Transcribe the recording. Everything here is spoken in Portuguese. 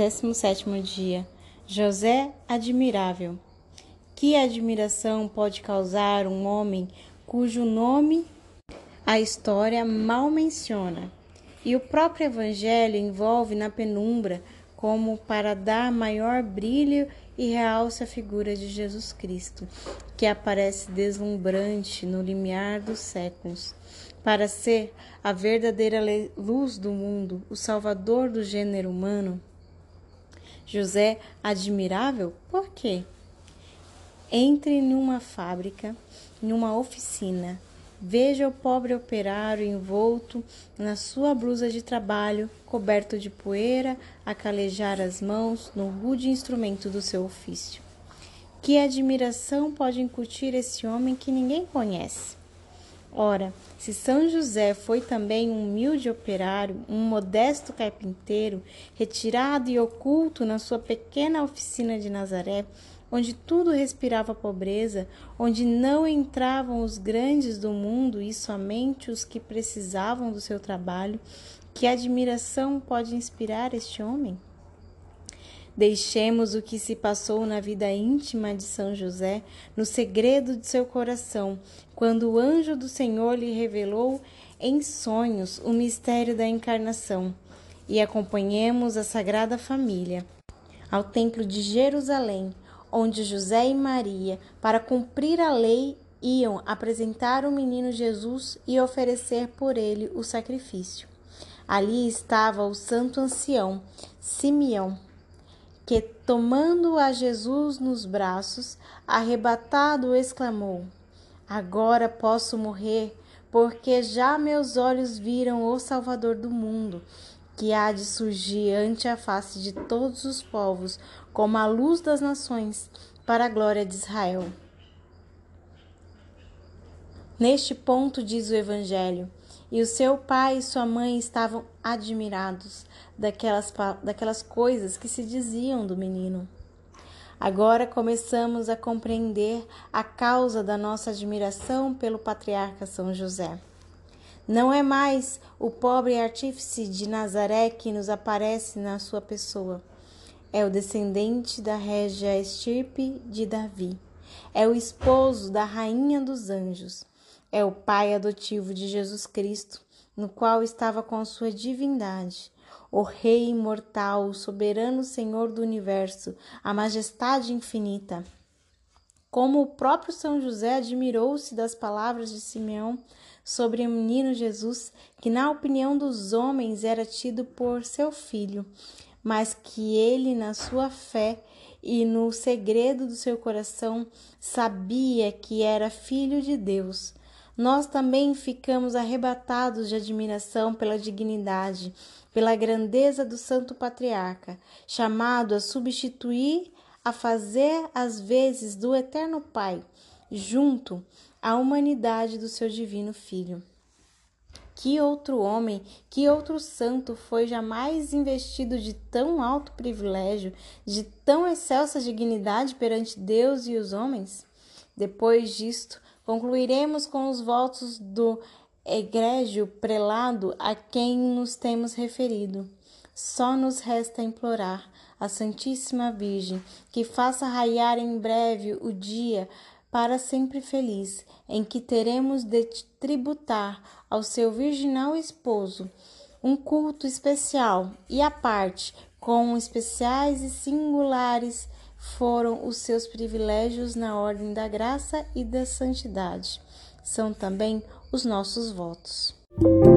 17º dia. José admirável. Que admiração pode causar um homem cujo nome a história mal menciona, e o próprio Evangelho envolve na penumbra como para dar maior brilho e realce a figura de Jesus Cristo, que aparece deslumbrante no limiar dos séculos, para ser a verdadeira luz do mundo, o Salvador do gênero humano. José admirável, por quê? Entre numa fábrica, numa oficina, veja o pobre operário envolto na sua blusa de trabalho, coberto de poeira, a calejar as mãos no rude instrumento do seu ofício. Que admiração pode incutir esse homem que ninguém conhece? Ora, se São José foi também um humilde operário, um modesto carpinteiro, retirado e oculto na sua pequena oficina de Nazaré, onde tudo respirava pobreza, onde não entravam os grandes do mundo e somente os que precisavam do seu trabalho, que admiração pode inspirar este homem? Deixemos o que se passou na vida íntima de São José, no segredo de seu coração, quando o anjo do Senhor lhe revelou em sonhos o mistério da encarnação, e acompanhemos a Sagrada Família ao Templo de Jerusalém, onde José e Maria, para cumprir a lei, iam apresentar o menino Jesus e oferecer por ele o sacrifício. Ali estava o santo ancião, Simeão, que, tomando a Jesus nos braços, arrebatado, exclamou: Agora posso morrer, porque já meus olhos viram o Salvador do mundo, que há de surgir ante a face de todos os povos, como a luz das nações, para a glória de Israel. Neste ponto diz o Evangelho: e o seu pai e sua mãe estavam admirados daquelas coisas que se diziam do menino. Agora começamos a compreender a causa da nossa admiração pelo patriarca São José. Não é mais o pobre artífice de Nazaré que nos aparece na sua pessoa. É o descendente da régia estirpe de Davi. É o esposo da rainha dos anjos. É o pai adotivo de Jesus Cristo, no qual estava com sua divindade. O Rei imortal, o soberano Senhor do universo, a majestade infinita. Como o próprio São José admirou-se das palavras de Simeão sobre o menino Jesus, que na opinião dos homens era tido por seu filho, mas que ele, na sua fé e no segredo do seu coração, sabia que era filho de Deus. Nós também ficamos arrebatados de admiração pela dignidade, pela grandeza do Santo Patriarca, chamado a substituir, a fazer as vezes do Eterno Pai, junto à humanidade do seu divino Filho. Que outro homem, que outro santo foi jamais investido de tão alto privilégio, de tão excelsa dignidade perante Deus e os homens? Depois disto, concluiremos com os votos do egrégio prelado a quem nos temos referido. Só nos resta implorar a Santíssima Virgem que faça raiar em breve o dia para sempre feliz, em que teremos de tributar ao seu virginal esposo um culto especial e à parte, com especiais e singulares foram os seus privilégios na ordem da graça e da santidade. São também os nossos votos.